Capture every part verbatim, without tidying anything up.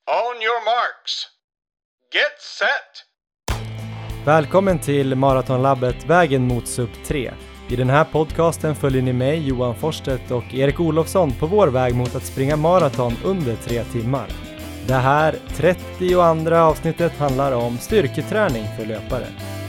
On your marks. Get set! Välkommen till Maratonlabbet Vägen mot sub tre. I den här podcasten följer ni mig, Johan Forsstedt och Erik Olofsson på vår väg mot att springa maraton under tre timmar. Det här trettioandra avsnittet handlar om styrketräning för löpare.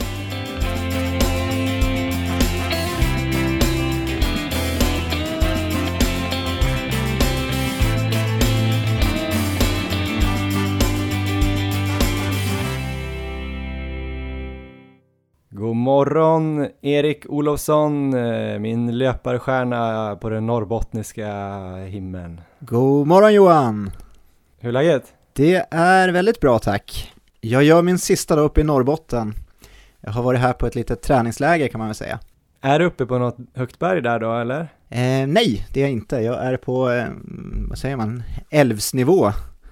God morgon Erik Olofsson, min löparstjärna på den norrbottniska himlen. God morgon Johan! Hur är läget? Det är väldigt bra, tack. Jag gör min sista dag uppe i Norrbotten. Jag har varit här på ett litet träningsläger kan man väl säga. Är du uppe på något högt berg där då eller? Eh, nej, det är jag inte. Jag är på, eh, vad säger man, älvsnivå.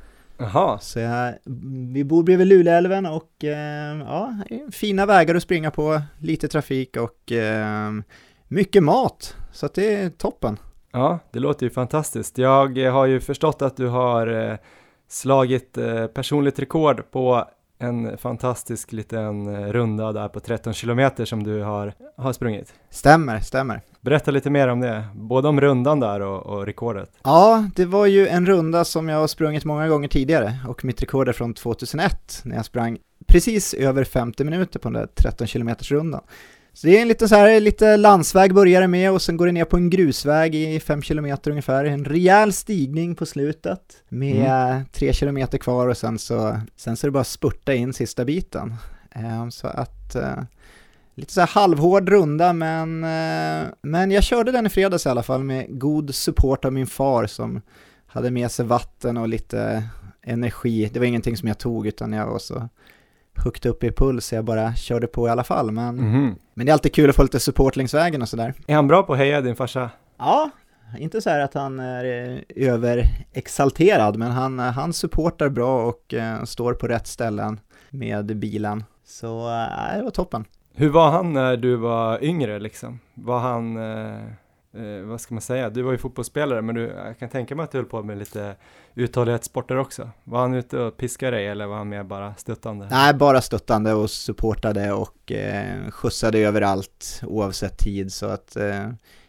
Jaha. Så jag, vi bor bredvid Luleälven och eh, ja, fina vägar att springa på, lite trafik och eh, mycket mat. Så att det är toppen. Ja, det låter ju fantastiskt. Jag har ju förstått att du har eh, slagit eh, personligt rekord på en fantastisk liten runda där på tretton kilometer som du har, har sprungit. Stämmer, stämmer. Berätta lite mer om det, både om rundan där och, och rekordet. Ja, det var ju en runda som jag har sprungit många gånger tidigare och mitt rekord är från tvåtusenett när jag sprang precis över femtio minuter på den där tretton kilometers rundan. Så det är en lite så här, lite landsväg börjar det med och sen går det ner på en grusväg i fem kilometer ungefär. En rejäl stigning på slutet med mm. tre kilometer kvar och sen så, sen så är det bara spurta in sista biten. Eh, så att eh, lite så här halvhård runda men, eh, men jag körde den i fredags i alla fall med god support av min far som hade med sig vatten och lite energi. Det var ingenting som jag tog utan jag var så högt upp i puls så jag bara körde på i alla fall. Men, mm-hmm. men det är alltid kul att få lite support längs vägen och sådär. Är han bra på att heja din farsa? Ja, inte så här att han är överexalterad men han, han supportar bra och uh, står på rätt ställen med bilen. Så uh, det var toppen. Hur var han när du var yngre liksom? Var han, uh, uh, vad ska man säga? Du var ju fotbollsspelare men du, jag kan tänka mig att du höll på med lite uthållighetssporter också. Var han ute och piskade dig eller var han mer bara stöttande? Nej, bara stöttande och supportade och eh, skjutsade överallt oavsett tid. Så att eh,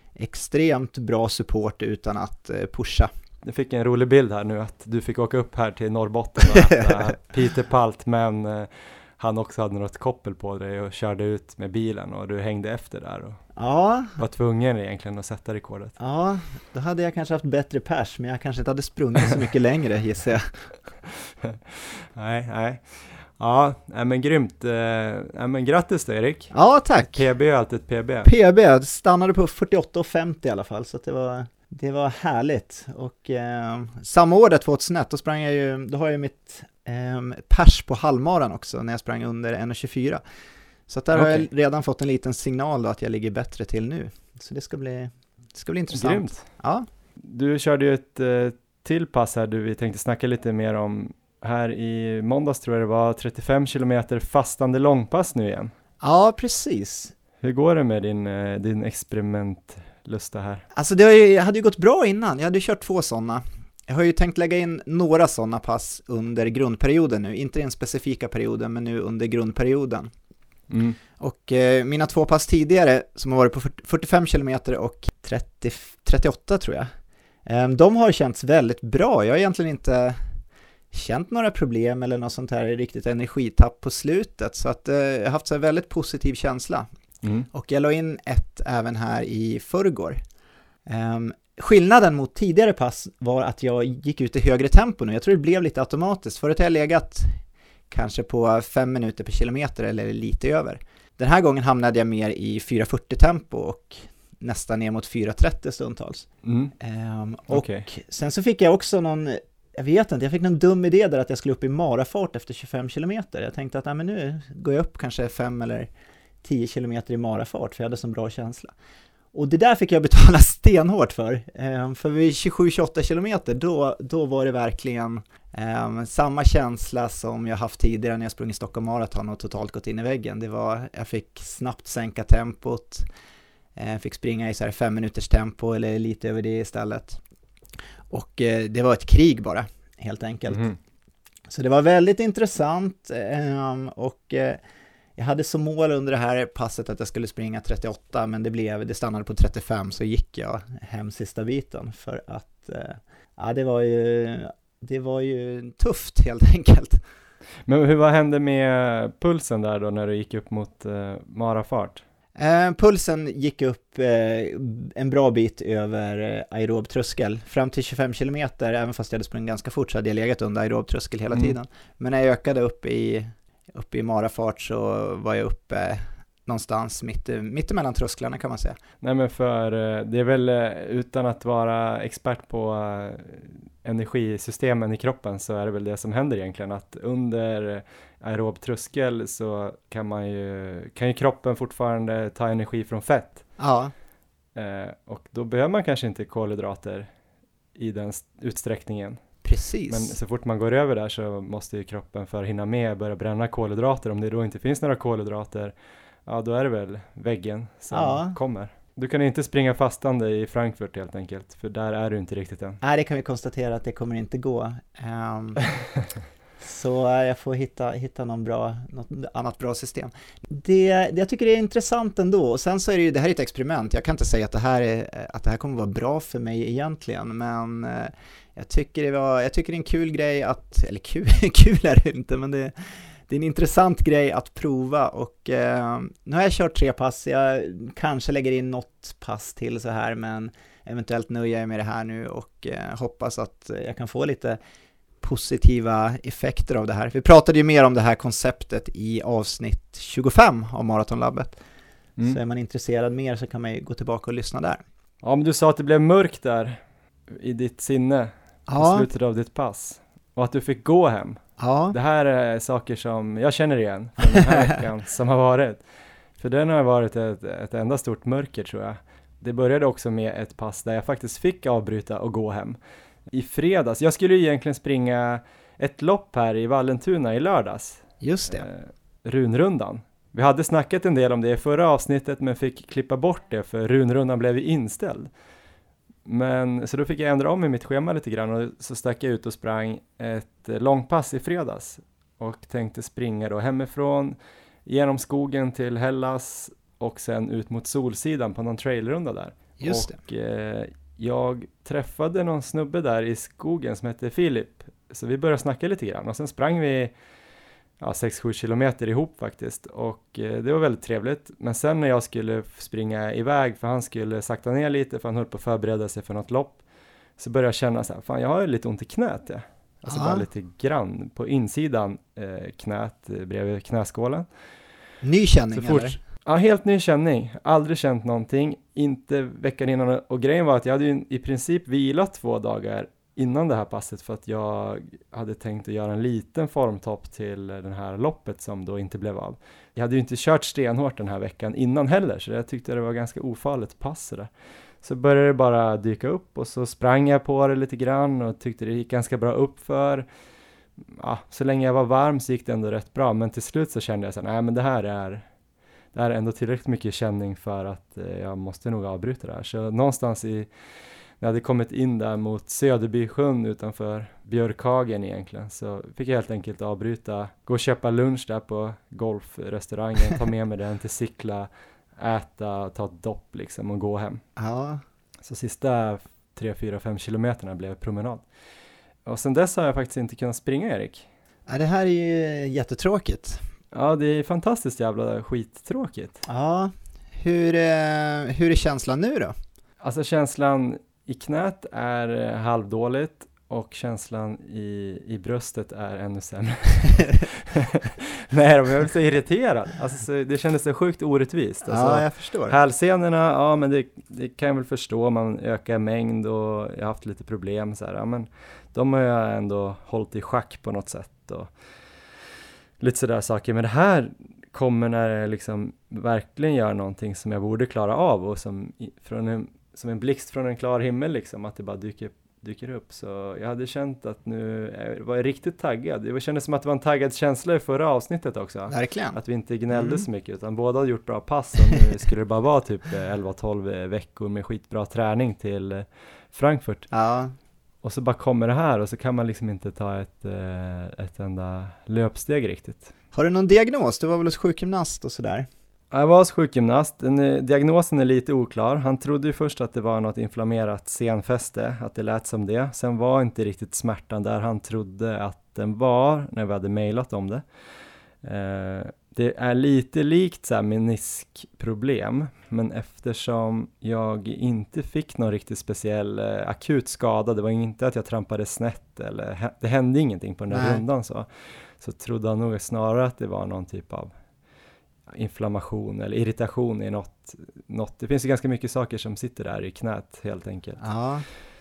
extremt bra support utan att eh, pusha. Jag fick en rolig bild här nu att du fick åka upp här till Norrbotten och att äh, Peter Palt men äh, han också hade något koppel på dig och körde ut med bilen och du hängde efter där och ja. var tvungen egentligen att sätta rekordet. Ja, då hade jag kanske haft bättre pers men jag kanske inte hade sprungit så mycket längre gissar jag. nej, nej. Ja, nej, men grymt. Nej, men grattis då Erik. Ja, tack. P B är alltid ett P B. P B stannade på fyrtioåtta femtio i alla fall så att det var det var härligt och eh, samma år tvåtusenett då sprang jag ju då har jag mitt eh, pers på halvmaran också när jag sprang under en tjugofyra. Så att där okay. har jag redan fått en liten signal då att jag ligger bättre till nu. Så det ska bli det ska bli intressant. Grymt. Ja. Du körde ju ett eh, till pass här du vi tänkte snacka lite mer om här i måndags tror jag det var trettiofem kilometer fastande långpass nu igen. Ja, precis. Hur går det med din eh, din experiment lusta här? Alltså det har ju, hade ju gått bra innan. Jag hade kört två sådana. Jag har ju tänkt lägga in några sådana pass under grundperioden nu. Inte den specifika perioden men nu under grundperioden. Mm. Och eh, mina två pass tidigare som har varit på fyrtiofem kilometer och trettio, trettioåtta tror jag. Eh, de har känts väldigt bra. Jag har egentligen inte känt några problem eller något sånt här riktigt energitapp på slutet. Så att eh, jag har haft så här väldigt positiv känsla. Mm. Och jag la in ett även här i förrgår. Um, skillnaden mot tidigare pass var att jag gick ut i högre tempo nu. Jag tror det blev lite automatiskt. Förut har jag legat kanske på fem minuter per kilometer eller lite över. Den här gången hamnade jag mer i fyra fyrtio tempo och nästan ner mot fyra trettio stundtals. Mm. Um, och okay. Sen så fick jag också någon, jag vet inte, jag fick någon dum idé där att jag skulle upp i marafart efter tjugofem kilometer. Jag tänkte att nej, men nu går jag upp kanske fem eller tio kilometer i marafart för jag hade så bra känsla. Och det där fick jag betala stenhårt för. Um, för vid tjugosju tjugoåtta kilometer då, då var det verkligen um, samma känsla som jag haft tidigare när jag sprungit Stockholm Marathon och totalt gått in i väggen. Det var, jag fick snabbt sänka tempot. Jag fick springa i så här fem minuters tempo eller lite över det istället. Och eh, det var ett krig bara, helt enkelt. Mm. Så det var väldigt intressant eh, och eh, jag hade som mål under det här passet att jag skulle springa trettioåtta, men det blev, det stannade på trettiofem, så gick jag hem sista biten för att eh, ja, det var ju det var ju tufft helt enkelt. Men hur, vad hände med pulsen där då när du gick upp mot eh, marafart? Eh, pulsen gick upp eh, en bra bit över eh, aerob tröskel fram till tjugofem kilometer, även fast jag hade sprungit ganska fort så hade jag legat under aerob tröskel hela Mm. tiden. Men när jag ökade upp i, upp i marafart så var jag uppe någonstans mitt, mitt emellan trösklarna kan man säga. Nej, men för eh, det är väl eh, utan att vara expert på eh, energisystemen i kroppen så är det väl det som händer egentligen, att under aerob tröskel så kan man ju kan ju kroppen fortfarande ta energi från fett. Ja, Eh, och då behöver man kanske inte kolhydrater i den st- utsträckningen. precis. Men så fort man går över där så måste ju kroppen för att hinna med börja bränna kolhydrater. Om det då inte finns några kolhydrater, ja då är det väl väggen som Ja. kommer. Du kan inte springa fastande i Frankfurt helt enkelt, för där är du inte riktigt än. Nej, det kan vi konstatera att det kommer inte gå. Um, så eh, jag får hitta, hitta någon bra, något annat bra system. Det, det jag tycker är intressant ändå, och sen så är det ju, det här är ett experiment. Jag kan inte säga att det här, är, att det här kommer vara bra för mig egentligen, men eh, jag tycker det var, jag tycker det är en kul grej att, eller kul, kul är det inte, men det, det är en intressant grej att prova. Och eh, nu har jag kört tre pass, jag kanske lägger in något pass till så här, men eventuellt nöjer jag med det här nu och eh, hoppas att jag kan få lite positiva effekter av det här. Vi pratade ju mer om det här konceptet i avsnitt tjugofem av Maratonlabbet. Mm. Så är man intresserad mer så kan man ju gå tillbaka och lyssna där. Ja, men du sa att det blev mörkt där i ditt sinne i Ja, slutet av ditt pass. Och att du fick gå hem. ja, Det här är saker som jag känner igen från den här veckan som har varit. För den har varit ett, ett enda stort mörker tror jag. Det började också med ett pass där jag faktiskt fick avbryta och gå hem. I fredags, jag skulle ju egentligen springa ett lopp här i Vallentuna i lördags. just det. Eh, Runrundan. Vi hade snackat en del om det i förra avsnittet men fick klippa bort det för Runrundan blev inställd. Men så då fick jag ändra om i mitt schema lite grann och så stack jag ut och sprang ett eh, långpass i fredags. Och tänkte springa då hemifrån genom skogen till Hellas och sen ut mot Solsidan på någon trailrunda där. Just och eh, jag träffade någon snubbe där i skogen som hette Filip. Så vi började snacka lite grann och sen sprang vi ja, sex sju kilometer ihop faktiskt. Och eh, det var väldigt trevligt. Men sen när jag skulle springa iväg för han skulle sakta ner lite för han höll på att förbereda sig för något lopp. Så började jag känna så här, fan jag har ju lite ont i knät. Ja. Alltså Aha. bara lite grann på insidan eh, knät eh, bredvid knäskålen. Ny känning Så fort, eller? ja, helt ny känning. Aldrig känt någonting. Inte veckan innan. Och grejen var att jag hade ju i princip vilat två dagar innan det här passet för att jag hade tänkt att göra en liten formtopp till den här loppet som då inte blev av. Jag hade ju inte kört stenhårt den här veckan innan heller så jag tyckte det var ganska ofarligt pass där. Så började det bara dyka upp och så sprang jag på det lite grann och tyckte det gick ganska bra upp för. Ja, så länge jag var varm så gick det ändå rätt bra men till slut så kände jag så här, nej men det här är det här är ändå tillräckligt mycket känning för att eh, jag måste nog avbryta det här. Så någonstans i när jag hade kommit in där mot Söderbysjön utanför Björkhagen egentligen så fick jag helt enkelt avbryta, gå och köpa lunch där på golfrestaurangen, ta med mig den till Sickla, äta, ta ett dopp liksom och gå hem. Ja, Så sista tre, fyra, fem kilometerna blev promenad. Och sen dess har jag faktiskt inte kunnat springa, Erik. ja det här är ju jättetråkigt. Ja, det är fantastiskt jävla skittråkigt. Ja, hur, eh, hur är känslan nu då? Alltså känslan i knät är eh, halvdåligt och känslan i, i bröstet är ännu sämre. Nej, jag blev så irriterad. Alltså, så, det kändes så sjukt orättvist. Alltså, Ja, jag förstår. hälsenorna, ja men det, det kan jag väl förstå. Man ökar mängd och jag har haft lite problem. Så här, ja, men de har jag ändå hållit i schack på något sätt. Och lite sådär saker. Men det här kommer när det liksom verkligen gör någonting som jag borde klara av. Och som, från en, som en blixt från en klar himmel liksom. Att det bara dyker, dyker upp. Så jag hade känt att nu jag var jag riktigt taggad. Det kändes som att det var en taggad känsla i förra avsnittet också. Verkligen. Att vi inte gnällde Mm. så mycket utan båda hade gjort bra pass och nu skulle det bara vara typ elva tolv veckor med skitbra träning till Frankfurt. Ja, och så bara kommer det här och så kan man liksom inte ta ett, ett enda löpsteg riktigt. Har du någon diagnos? Du var väl hos sjukgymnast och sådär? Jag var hos sjukgymnast. Den, diagnosen är lite oklar. Han trodde ju först att det var något inflammerat senfäste, att det lät som det. Sen var inte riktigt smärtan där han trodde att den var när vi hade mejlat om det. Eh, det är lite likt så här meniskproblem, men eftersom jag inte fick någon riktigt speciell eh, akut skada, det var inte att jag trampade snett eller det hände ingenting på den där Nej. rundan så, så trodde han nog snarare att det var någon typ av inflammation eller irritation i något, något. Det finns ju ganska mycket saker som sitter där i knät helt enkelt. Ja.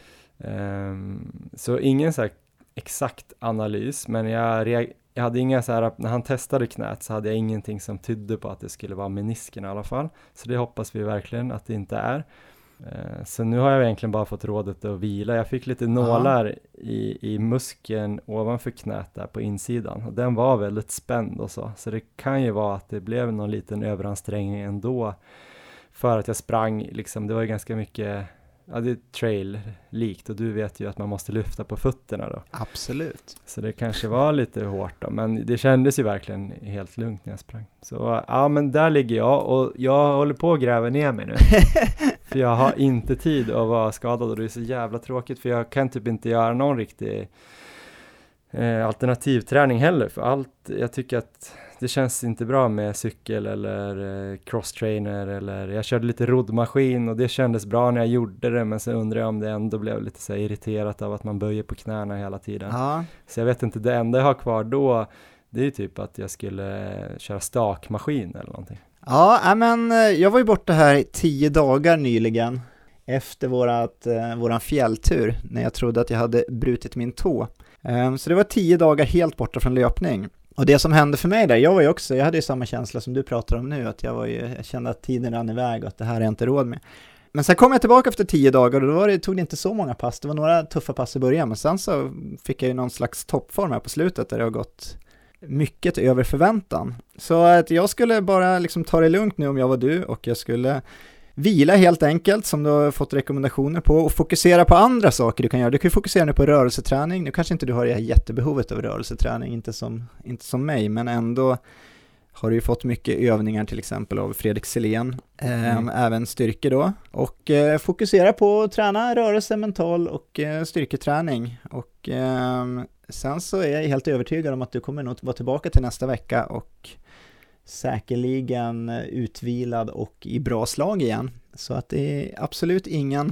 Um, så ingen så här exakt analys, men jag, reag- jag hade inga så här, när han testade knät så hade jag ingenting som tydde på att det skulle vara menisken i alla fall. Så det hoppas vi verkligen att det inte är. Uh, så nu har jag egentligen bara fått rådet att vila. Jag fick lite nålar i, i muskeln ovanför knät där på insidan. Och den var väldigt spänd och så. Så det kan ju vara att det blev någon liten överansträngning ändå. För att jag sprang, liksom, det var ju ganska mycket, ja, det är trail-likt. Och du vet ju att man måste lyfta på fötterna då. Absolut. Så det kanske var lite hårt då. Men det kändes ju verkligen helt lugnt när jag sprang. Så ja, men där ligger jag. Och jag håller på att gräva ner mig nu. För jag har inte tid att vara skadad och det är så jävla tråkigt för jag kan typ inte göra någon riktig eh, alternativträning heller för allt. Jag tycker att det känns inte bra med cykel eller eh, crosstrainer eller jag körde lite roddmaskin och det kändes bra när jag gjorde det, men så undrar jag om det ändå blev lite så här irriterat av att man böjer på knäna hela tiden. Ja. Så jag vet inte, det enda jag har kvar då det är ju typ att jag skulle köra stakmaskin eller någonting. Ja, men jag var ju borta här i tio dagar nyligen efter vårat, eh, våran fjälltur när jag trodde att jag hade brutit min tå. Um, så det var tio dagar helt borta från löpning. Och det som hände för mig där, jag var ju också, jag hade ju samma känsla som du pratar om nu, att jag, var ju, jag kände att tiden rann iväg och att det här är jag inte råd med. Men sen kom jag tillbaka efter tio dagar och då var det, tog det inte så många pass, det var några tuffa pass i början, men sen så fick jag ju någon slags toppform här på slutet där det har gått mycket över förväntan. Så att jag skulle bara liksom ta det lugnt nu om jag var du och jag skulle vila helt enkelt som du har fått rekommendationer på och fokusera på andra saker du kan göra. Du kan ju fokusera nu på rörelseträning. Nu kanske inte du har det här jättebehovet av rörelseträning, inte som, inte som mig, men ändå har du ju fått mycket övningar till exempel av Fredrik Selén, mm. eh, även styrke då. Och eh, fokusera på att träna rörelse, mental och eh, styrketräning. Och eh, sen så är jag helt övertygad om att du kommer nog vara tillbaka till nästa vecka och säkerligen utvilad och i bra slag igen. Så att det är absolut ingen,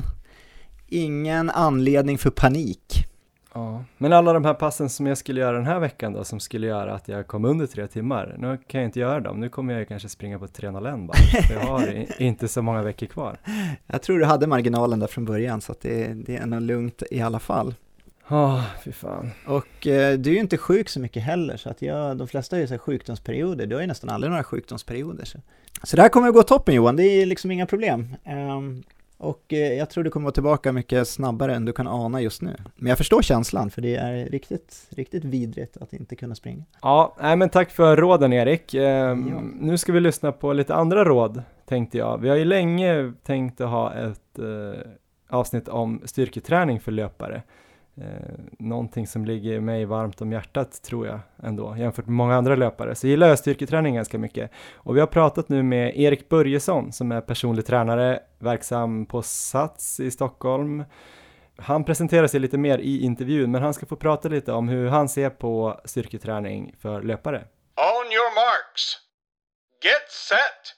ingen anledning för panik. Ja, men alla de här passen som jag skulle göra den här veckan då, som skulle göra att jag kom under tre timmar, nu kan jag inte göra dem. Nu kommer jag ju kanske springa på tre noll ett bara, för jag har inte så många veckor kvar. Jag tror du hade marginalen där från början, så att det, det är nog lugnt i alla fall. Ja, oh, fy fan. Och eh, du är ju inte sjuk så mycket heller, så att jag, de flesta har ju så här sjukdomsperioder. Du har ju nästan aldrig några sjukdomsperioder. Så, så det här kommer att gå toppen, Johan, det är liksom inga problem. Um, och eh, jag tror du kommer att vara tillbaka mycket snabbare än du kan ana just nu. Men jag förstår känslan, för det är riktigt, riktigt vidrigt att inte kunna springa. Ja, nej, men tack för råden, Erik. Um, ja. Nu ska vi lyssna på lite andra råd, tänkte jag. Vi har ju länge tänkt att ha ett uh, avsnitt om styrketräning för löpare. Eh, någonting som ligger mig varmt om hjärtat, tror jag ändå, jämfört med många andra löpare. Så gillar jag styrketräning ganska mycket. Och vi har pratat nu med Erik Börjesson som är personlig tränare, verksam på Sats i Stockholm. Han presenterar sig lite mer i intervjun, men han ska få prata lite om hur han ser på styrketräning för löpare. On your marks. Get set.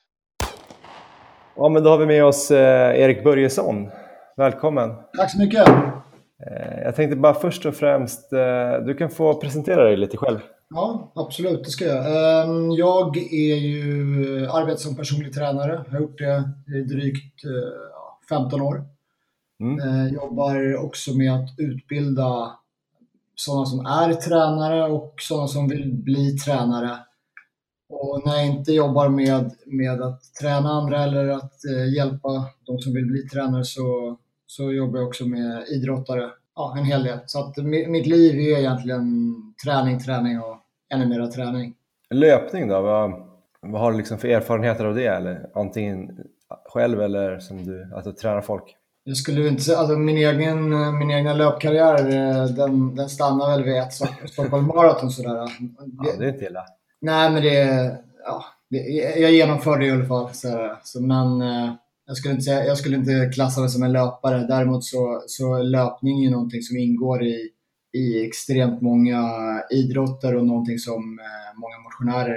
Ja, men då har vi med oss eh, Erik Börjesson. Välkommen. Tack så mycket. Jag tänkte bara först och främst, du kan få presentera dig lite själv. Ja, absolut, det ska jag. Jag är ju arbetar som personlig tränare. Jag har gjort det i drygt femton år. Mm. Jobbar också med att utbilda sådana som är tränare och sådana som vill bli tränare. Och när jag inte jobbar med, med att träna andra eller att hjälpa de som vill bli tränare så så jobbar jag också med idrottare, ja, en hel del. Så att mitt liv är egentligen träning, träning och ännu mera träning. Löpning då, vad, vad har du liksom för erfarenheter av det? Eller antingen själv eller som du, att du tränar folk? Jag skulle inte säga, alltså min egen, min egna löpkarriär, den, den stannar väl vid ett Stockholm Marathon sådär. Ja, det är inte illa. Nej, men det, ja, det, jag genomförde det i alla fall. Så, så, men jag skulle, inte säga, jag skulle inte klassa mig som en löpare. Däremot så, så löpning är ju någonting som ingår i, i extremt många idrotter och någonting som eh, många motionärer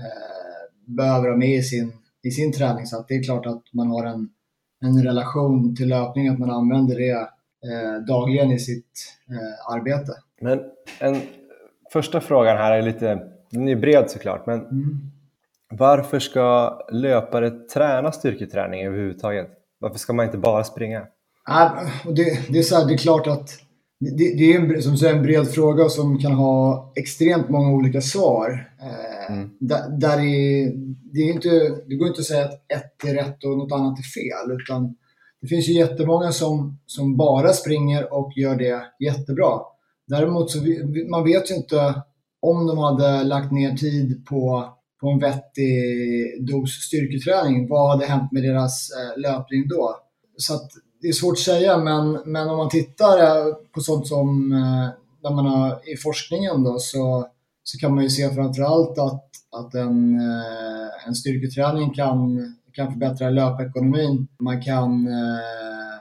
eh, behöver ha med i sin, i sin träning. Så att det är klart att man har en, en relation till löpning, att man använder det eh, dagligen i sitt eh, arbete. Men en första frågan här är lite, den är bred såklart, men mm. varför ska löpare träna styrketräning överhuvudtaget? Varför ska man inte bara springa? Ja, det, det, är så här, det är klart att det, det är en, som säger, en bred fråga som kan ha extremt många olika svar. Mm. Där, där är, det, är inte, det går inte att säga att ett är rätt och något annat är fel. Utan det finns ju jättemånga som, som bara springer och gör det jättebra. Däremot så man vet ju inte om de hade lagt ner tid på, på en vettig dos styrketräning. Vad hade hänt med deras eh, löpning då? Så att det är svårt att säga, men, men om man tittar på sånt som eh, där man har, i forskningen då, så, så kan man ju se framförallt att, att en, eh, en styrketräning kan, kan förbättra löpekonomin. Man kan eh,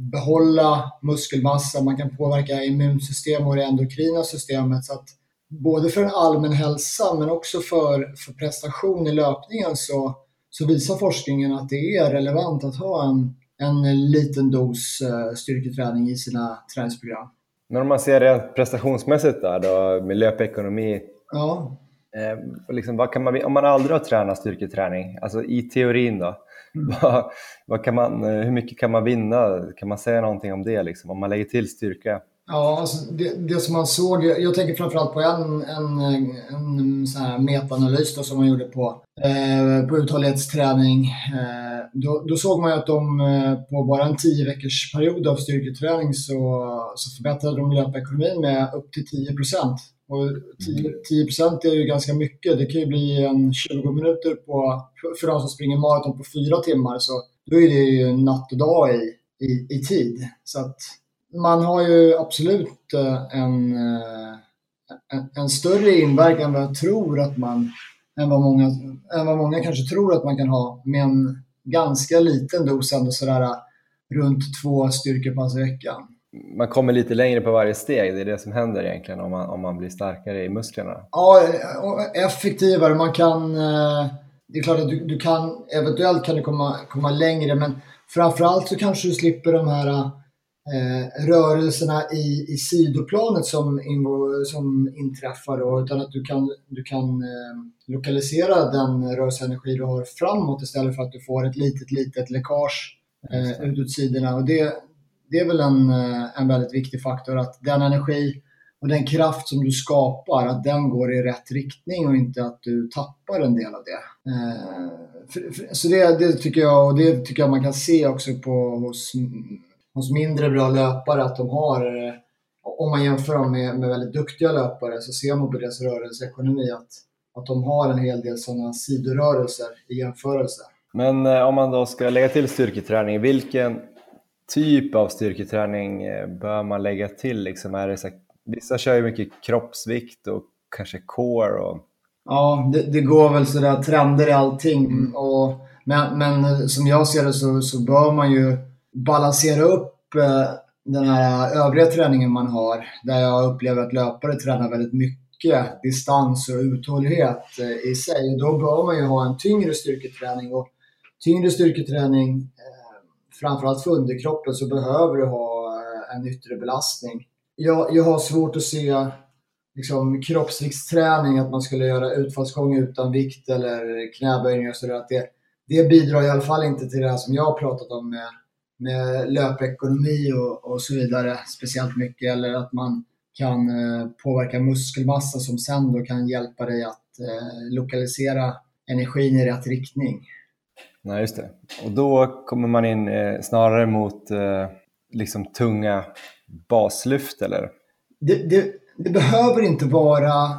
behålla muskelmassa, man kan påverka immunsystem och det endokrina systemet. Så att både för allmän hälsa men också för, för prestation i löpningen så, så visar forskningen att det är relevant att ha en, en liten dos uh, styrketräning i sina träningsprogram. Men om man ser det prestationsmässigt där då, med löpekonomi, ja. eh, liksom, vad kan man, om man aldrig har tränat styrketräning, alltså i teorin då, mm. vad, vad kan man, hur mycket kan man vinna? Kan man säga någonting om det liksom, om man lägger till styrka? Ja, alltså det, det som man såg, jag tänker framförallt på en, en, en sån här metaanalys då, som man gjorde på, eh, på uthållighetsträning. Eh, då, då såg man ju att de eh, på bara en tio veckors period av styrketräning så, så förbättrade de löpekonomin med upp till tio procent. Och tio procent är ju ganska mycket. Det kan ju bli en tjugo minuter på, för de som springer maraton på fyra timmar, så då är det ju natt och dag i, i, i tid. Så att man har ju absolut en, en, en större inverkan än vad jag tror att man, än vad, många, än vad många kanske tror att man kan ha, med en ganska liten dos ändå, sådär runt två styrkepass i veckan. Man kommer lite längre på varje steg, det är det som händer egentligen om man, om man blir starkare i musklerna. Ja, effektivare. Man kan, det är klart att du, du kan, eventuellt kan du komma, komma längre, men framförallt så kanske du slipper de här Eh, rörelserna i, i sidoplanet som, in, som inträffar då, utan att du kan, du kan eh, lokalisera den rörelseenergi du har framåt istället för att du får ett litet, litet läckage eh, utåt sidorna. Och det, det är väl en, en väldigt viktig faktor, att den energi och den kraft som du skapar, att den går i rätt riktning och inte att du tappar en del av det. Eh, för, för, så det, det tycker jag, och det tycker jag man kan se också på hos hos mindre bra löpare, att de har, om man jämför dem med, med väldigt duktiga löpare, så ser man på deras rörelseekonomi att, att de har en hel del sådana sidorörelser i jämförelse. Men eh, om man då ska lägga till styrketräning, vilken typ av styrketräning eh, bör man lägga till? Liksom, är det så, vissa kör ju mycket kroppsvikt och kanske core. Och... Ja, det, det går väl sådär trender i allting. Mm. Och, men, men som jag ser det så, så bör man ju balansera upp eh, den här övriga träningen man har, där jag upplever att löpare tränar väldigt mycket distans och uthållighet eh, i sig. Då bör man ju ha en tyngre styrketräning, och tyngre styrketräning eh, framförallt för underkroppen, så behöver du ha eh, en yttre belastning. Jag, jag har svårt att se liksom, kroppsviktsträning, att man skulle göra utfallsgång utan vikt eller knäböjningar och sådär, att det, det bidrar i alla fall inte till det här som jag har pratat om med med löpekonomi och, och så vidare speciellt mycket, eller att man kan eh, påverka muskelmassa som sen då kan hjälpa dig att eh, lokalisera energin i rätt riktning. Nej, just det. Och då kommer man in eh, snarare mot eh, liksom tunga baslyft, eller? Det, det, det behöver inte vara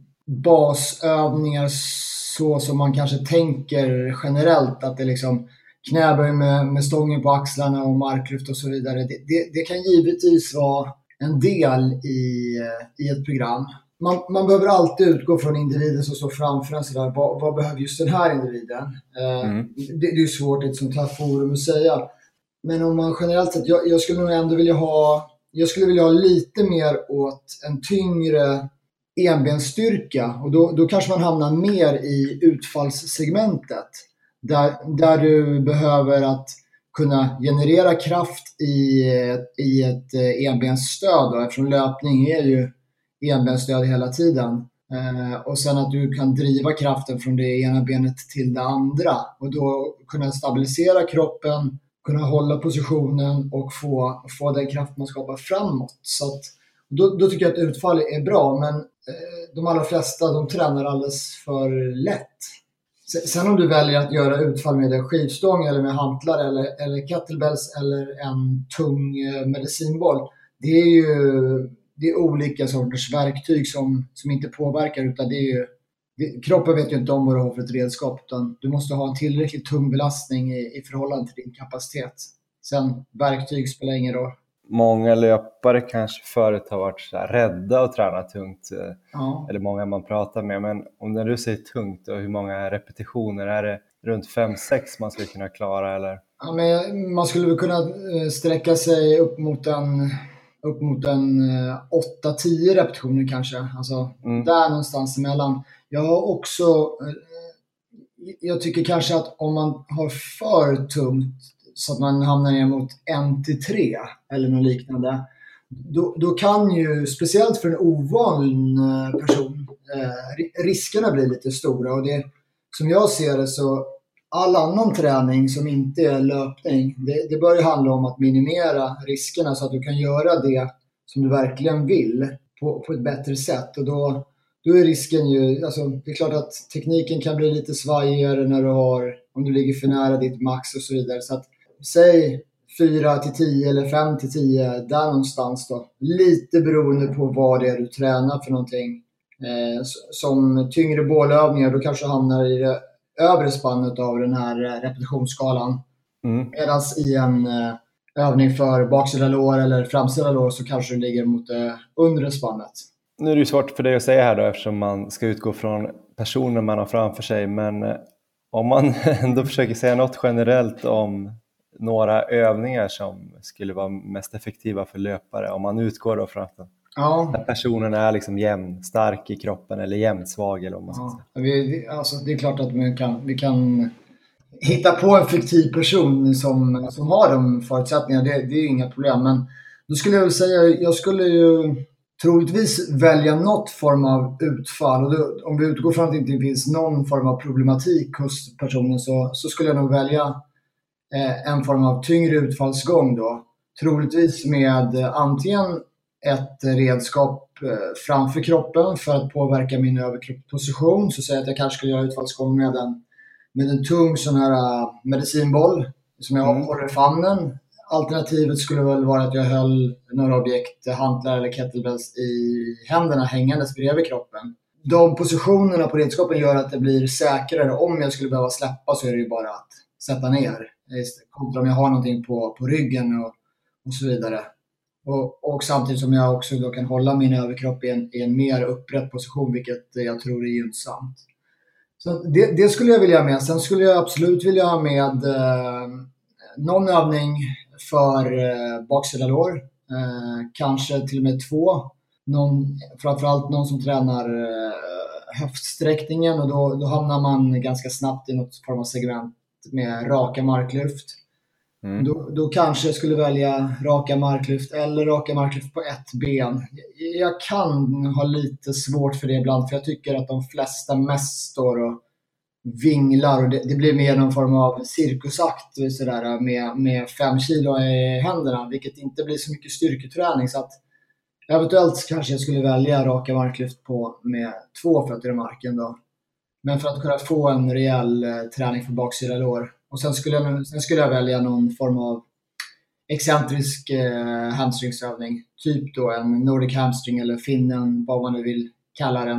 basövningar så som man kanske tänker generellt, att det liksom knäböj med, med stången på axlarna och marklyft och så vidare. Det, det, det kan givetvis vara en del i, i ett program. Man, man behöver alltid utgå från individen som står framför en. Sådär, vad, vad behöver just den här individen? Mm. Det, det är svårt i ett sånt här forum att säga. Men om man generellt sett, jag, jag skulle nog ändå vilja ha, jag skulle vilja ha lite mer åt en tyngre enbensstyrka. Och då, då kanske man hamnar mer i utfallssegmentet. Där, där du behöver att kunna generera kraft i, i ett enbensstöd. Då, eftersom löpning är ju enbensstöd hela tiden. Eh, och sen att du kan driva kraften från det ena benet till det andra. Och då kunna stabilisera kroppen, kunna hålla positionen och få, få den kraft man skapar framåt. Så att, då, då tycker jag att utfall är bra, men eh, de allra flesta de tränar alldeles för lätt. Sen om du väljer att göra utfall med en skivstång eller med hantlar eller, eller kettlebells eller en tung eh, medicinboll, det är ju det är olika sorters verktyg som, som inte påverkar, utan det är ju, det, kroppen vet ju inte om vad du har för ett redskap, utan du måste ha en tillräckligt tung belastning i, i förhållande till din kapacitet. Sen, verktyg spelar ingen roll. Många löpare kanske förut har varit så här rädda att träna tungt, ja. Eller många man pratar med, men om när du säger tungt, och hur många repetitioner, är det runt fem sex man skulle kunna klara eller? Ja, men man skulle väl kunna sträcka sig upp mot en upp mot en åtta tio repetitioner kanske, alltså mm. där någonstans emellan. Jag har också jag tycker kanske att om man har för tungt så att man hamnar ner mot en till tre eller något liknande, då, då kan ju, speciellt för en ovan person, eh, riskerna blir lite stora. Och det, som jag ser det, så all annan träning som inte är löpning, det, det bör ju handla om att minimera riskerna så att du kan göra det som du verkligen vill på, på ett bättre sätt. Och då, då är risken ju, alltså det är klart att tekniken kan bli lite svajigare när du har, om du ligger för nära ditt max och så vidare. Så att säg fyra till tio eller fem till tio, där någonstans då. Lite beroende på vad det är du tränar för någonting. Eh, som tyngre bålövningar, då kanske hamnar i det övre spannet av den här repetitionsskalan. Mm. Medan i en eh, övning för baksida lår eller framsida lår så kanske du ligger mot det undre spannet. Nu är det ju svårt för dig att säga här då, eftersom man ska utgå från personer man har framför sig. Men eh, om man ändå försöker säga något generellt om några övningar som skulle vara mest effektiva för löpare, om man utgår då från att ja. Den personen är liksom jämn stark i kroppen eller jämnt svag eller om man ska ja. säga. Vi, alltså, det är klart att vi kan, vi kan hitta på en fiktiv person som, som har de förutsättningarna, det, det är inga problem. Men då skulle jag väl säga, jag skulle ju troligtvis välja något form av utfall. Och då, om vi utgår från att det inte finns någon form av problematik hos personen, så, så skulle jag nog välja eh, en form av tyngre utfallsgång då. Troligtvis med eh, antingen ett redskap eh, framför kroppen för att påverka min överkroppsposition. Så säger jag att jag kanske skulle göra utfallsgång med en, med en tung sån här uh, medicinboll som jag mm. håller i famnen. Alternativet skulle väl vara att jag höll några objekt, hantlar eller kettlebells, i händerna hängandes bredvid kroppen. De positionerna på redskapen gör att det blir säkrare. Om jag skulle behöva släppa så är det ju bara att sätta ner. Kontra om jag har någonting på, på ryggen och, och så vidare. Och, och samtidigt som jag också då kan hålla min överkropp i en, i en mer upprätt position, vilket jag tror är gynnsamt. Så det, det skulle jag vilja ha med. Sen skulle jag absolut vilja ha med eh, någon övning för eh, baksida lår. Eh, kanske till och med två. Någon, framförallt någon som tränar eh, höftsträckningen. Och då, då hamnar man ganska snabbt i något form av segment med raka marklyft. Mm. Då, då kanske jag skulle välja raka marklyft eller raka marklyft på ett ben. Jag kan ha lite svårt för det ibland, för jag tycker att de flesta mest står och vinglar. Och det, det blir mer någon form av cirkusakt sådär, med, med fem kilo i händerna, vilket inte blir så mycket styrketräning. Så att eventuellt kanske jag skulle välja raka marklyft på, med två fötter i marken då. Men för att kunna få en rejäl eh, träning för baksida lår. Och sen skulle, jag, sen skulle jag välja någon form av excentrisk eh, hamstringsövning. Typ då en Nordic hamstring eller finnen, vad man nu vill kalla den.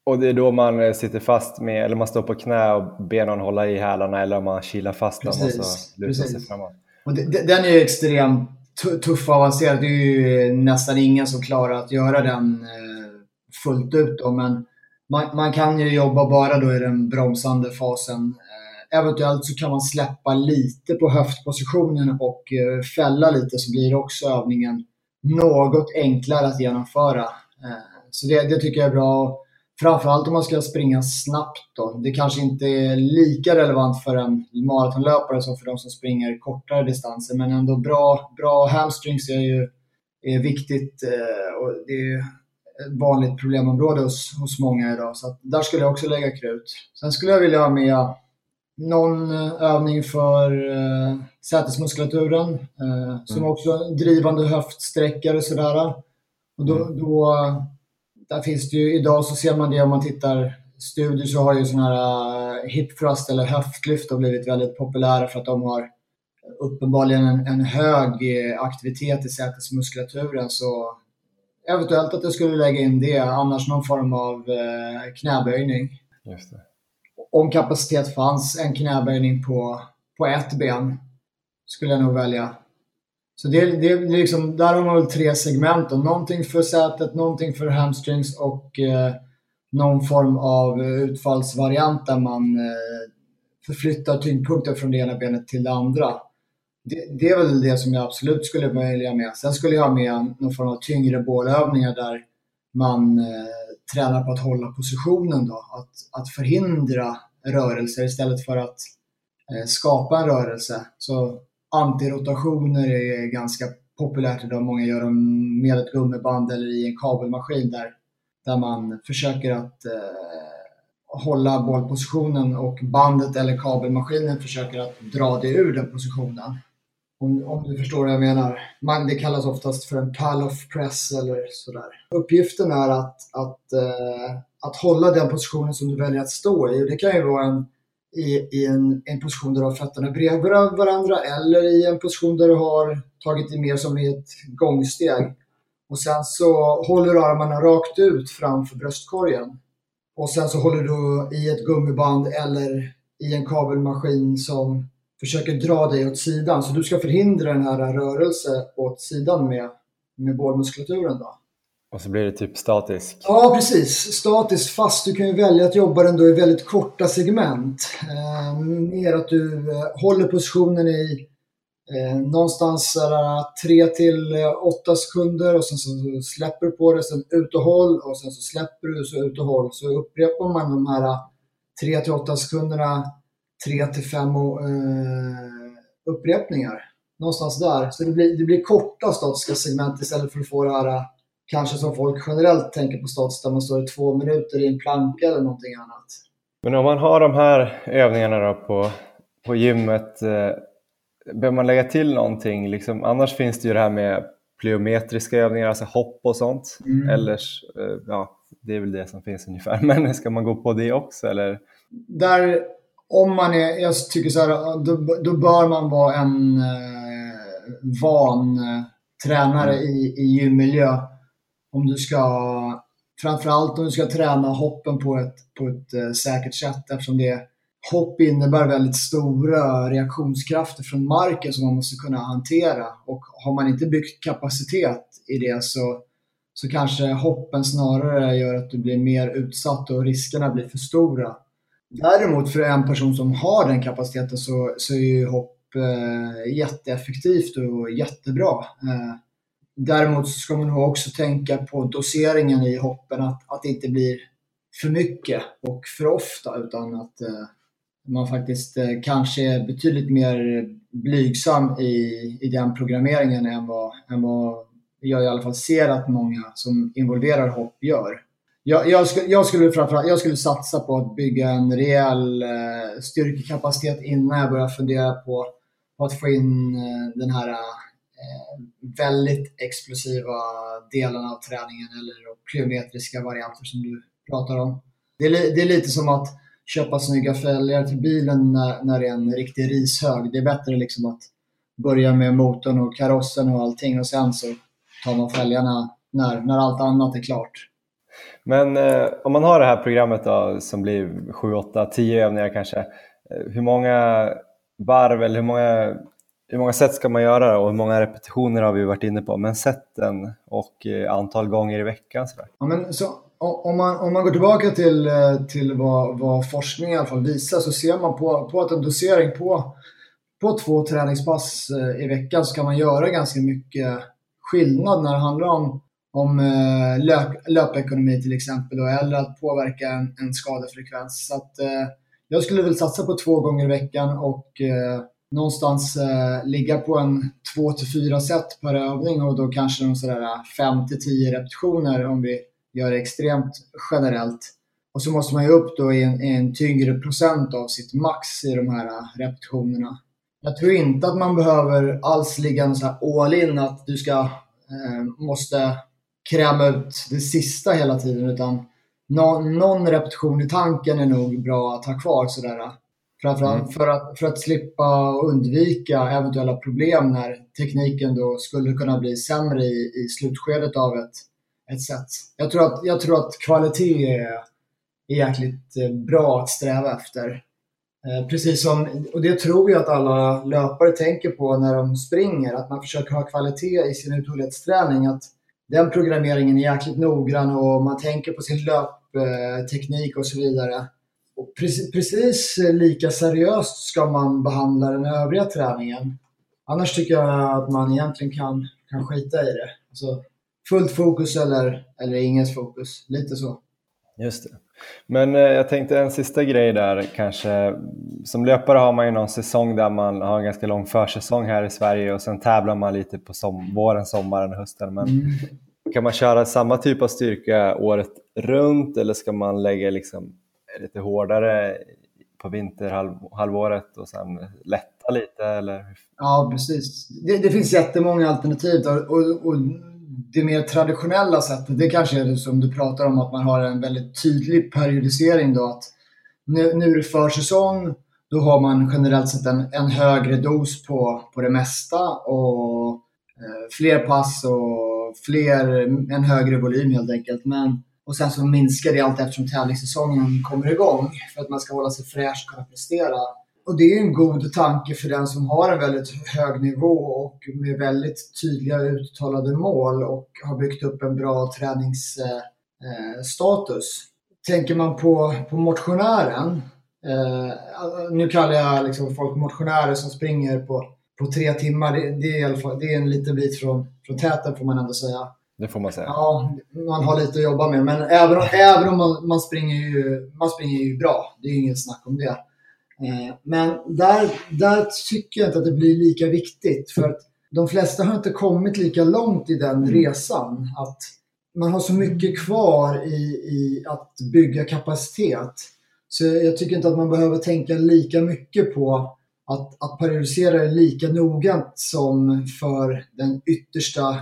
Och det är då man sitter fast med, eller man står på knä och benen håller i hälarna, eller man kilar fast dem och så lutar sig framåt. Och det, den är ju extremt tuff och avancerad. Det är ju nästan ingen som klarar att göra den eh, fullt ut då, men man, man kan ju jobba bara då i den bromsande fasen. Eh, eventuellt så kan man släppa lite på höftpositionen och eh, fälla lite, så blir också övningen något enklare att genomföra. Eh, så det, det tycker jag är bra. Framförallt om man ska springa snabbt då. Det kanske inte är lika relevant för en maratonlöpare som för de som springer kortare distanser. Men ändå bra, bra hamstrings är ju är viktigt. Och det är ju ett vanligt problemområde hos, hos många idag. Så att där skulle jag också lägga krut. Sen skulle jag vilja ha med någon övning för uh, sätesmuskulaturen. Uh, som mm. också drivande höftsträckare och sådär. Och då... Mm. då Där finns det ju, idag så ser man det om man tittar studier, så har ju sådana här hip thrust eller höftlyft har blivit väldigt populära för att de har uppenbarligen en, en hög aktivitet i sätesmuskulaturen. Så eventuellt att jag skulle lägga in det, annars någon form av eh, knäböjning. Just det. Om kapacitet fanns, en knäböjning på, på ett ben skulle jag nog välja. Så det, det är liksom, där har man väl tre segment. Och någonting för sätet, någonting för hamstrings och eh, någon form av utfallsvariant där man eh, förflyttar tyngdpunkten från det ena benet till det andra. Det, det är väl det som jag absolut skulle välja med. Sen skulle jag ha med någon form av tyngre bålövningar där man eh, tränar på att hålla positionen då. Att, att förhindra rörelser istället för att eh, skapa en rörelse. Så antirotationer är ganska populärt idag. Många gör dem med ett gummiband eller i en kabelmaskin där, där man försöker att eh, hålla bollpositionen och bandet eller kabelmaskinen försöker att dra det ur den positionen. Om, om du förstår vad jag menar. Man, det kallas oftast för en pull-off press eller sådär. Uppgiften är att, att, eh, att hålla den positionen som du väljer att stå i. Och det kan ju vara en i, i en, en position där du har fötterna bredvid varandra eller i en position där du har tagit det mer som i ett gångsteg. Och sen så håller du armarna rakt ut framför bröstkorgen. Och sen så håller du i ett gummiband eller i en kabelmaskin som försöker dra dig åt sidan. Så du ska förhindra den här rörelsen åt sidan med, med bålmuskulaturen då. Och så blir det typ statisk. Ja, precis. Statiskt, fast du kan ju välja att jobba den då i väldigt korta segment. Eh, mer att du eh, håller positionen i eh, någonstans tre till åtta sekunder och sen så släpper du på det, sen ut och håll och sen så släpper du så ut och håll. Så upprepar man de här tre till åtta sekunderna, tre till fem eh, upprepningar. Någonstans där. Så det blir, det blir korta statiska segment istället för att få det här kanske som folk generellt tänker på stats där man står i två minuter i en planka eller någonting annat. Men om man har de här övningarna då på, på gymmet, eh, behöver man lägga till någonting? Liksom, annars finns det ju det här med plyometriska övningar, alltså hopp och sånt. Mm. Eller, eh, ja, det är väl det som finns ungefär. Men ska man gå på det också? Eller? Där, om man är, jag tycker så här, då, då bör man vara en eh, van eh, tränare mm. i, i gymmiljö. Om du ska, framförallt om du ska träna hoppen på ett, på ett uh, säkert sätt, eftersom det hopp innebär väldigt stora reaktionskrafter från marken som man måste kunna hantera. Och har man inte byggt kapacitet i det så, så kanske hoppen snarare gör att du blir mer utsatt och riskerna blir för stora. Däremot för en person som har den kapaciteten så, så är ju hopp uh, jätteeffektivt och jättebra. Uh, Däremot så ska man nog också tänka på doseringen i hoppen, att, att det inte blir för mycket och för ofta, utan att eh, man faktiskt eh, kanske är betydligt mer blygsam i, i den programmeringen än vad, än vad jag i alla fall ser att många som involverar hopp gör. Jag, jag, skulle, jag, skulle framförallt, jag skulle satsa på att bygga en rejäl eh, styrkekapacitet innan jag börjar fundera på, på att få in eh, den här väldigt explosiva delarna av träningen eller plyometriska varianter som du pratar om. Det är, det är lite som att köpa snygga fälgar till bilen när, när det är en riktig rishög. Det är bättre liksom att börja med motorn och karossen och allting och sen så tar man fälgarna när, när allt annat är klart. Men eh, om man har det här programmet då, som blir sju, åtta, tio övningar kanske. Eh, hur många varv eller hur många, hur många set ska man göra och hur många repetitioner har vi varit inne på? Men seten och eh, antal gånger i veckan. Sådär. Ja, men så, om, man, om man går tillbaka till, till vad, vad forskning i alla fall visar, så ser man på, på att en dosering på, på två träningspass i veckan så kan man göra ganska mycket skillnad när det handlar om om eh, löp, löpekonomi till exempel då, eller att påverka en, en skadefrekvens. Så att, eh, jag skulle väl satsa på två gånger i veckan och eh, någonstans eh, ligga på en två till fyra set per övning och då kanske någon sådär fem till tio repetitioner om vi gör det extremt generellt. Och så måste man ju upp då i en, i en tyngre procent av sitt max i de här repetitionerna. Jag tror inte att man behöver alls ligga så här all in att du ska eh, måste kräma ut det sista hela tiden, utan någon, någon repetition i tanken är nog bra att ha kvar sådär. Framförallt mm. för, att, för att slippa undvika eventuella problem när tekniken då skulle kunna bli sämre i, i slutskedet av ett, ett set. Jag tror att, jag tror att kvalitet är, är jäkligt bra att sträva efter. Eh, precis som, och det tror jag att alla löpare tänker på när de springer, att man försöker ha kvalitet i sin uthållighetsträning, att den programmeringen är jäkligt noggrann och man tänker på sin löpteknik och så vidare. Och precis, precis lika seriöst ska man behandla den övriga träningen. Annars tycker jag att man egentligen kan, kan skita i det. Alltså fullt fokus eller, eller inget fokus. Lite så. Just det. Men eh, jag tänkte en sista grej där kanske. Som löpare har man ju någon säsong där man har en ganska lång försäsong här i Sverige och sen tävlar man lite på som, våren, sommaren och hösten. Men mm. kan man köra samma typ av styrka året runt eller ska man lägga liksom lite hårdare på vinterhalvåret och sen lätta lite? Eller? Ja, precis. Det, det finns jättemånga alternativ och, och, och det mer traditionella sättet, det kanske är det som du pratar om, att man har en väldigt tydlig periodisering då, att nu, nu är det försäsong, då har man generellt sett en, en högre dos på, på det mesta och eh, fler pass och fler, en högre volym helt enkelt. Men, och sen så minskar det allt eftersom tävlingssäsongen kommer igång för att man ska hålla sig fräsch och kunna prestera. Och det är en god tanke för den som har en väldigt hög nivå och med väldigt tydliga uttalade mål och har byggt upp en bra träningsstatus. Eh, Tänker man på, på motionären, eh, nu kallar jag liksom folk motionärer som springer på, på tre timmar, det, det, är i alla fall, det är en liten bit från, från täten får man ändå säga. Det får man säga. Ja, man har lite att jobba med, men även om, även om man, man, springer ju, man springer ju bra, det är ju inget snack om det. Men där, där tycker jag inte att det blir lika viktigt, för att de flesta har inte kommit lika långt i den resan, att man har så mycket kvar i, i att bygga kapacitet. Så jag tycker inte att man behöver tänka lika mycket på att, att periodisera det lika noggrant som för den yttersta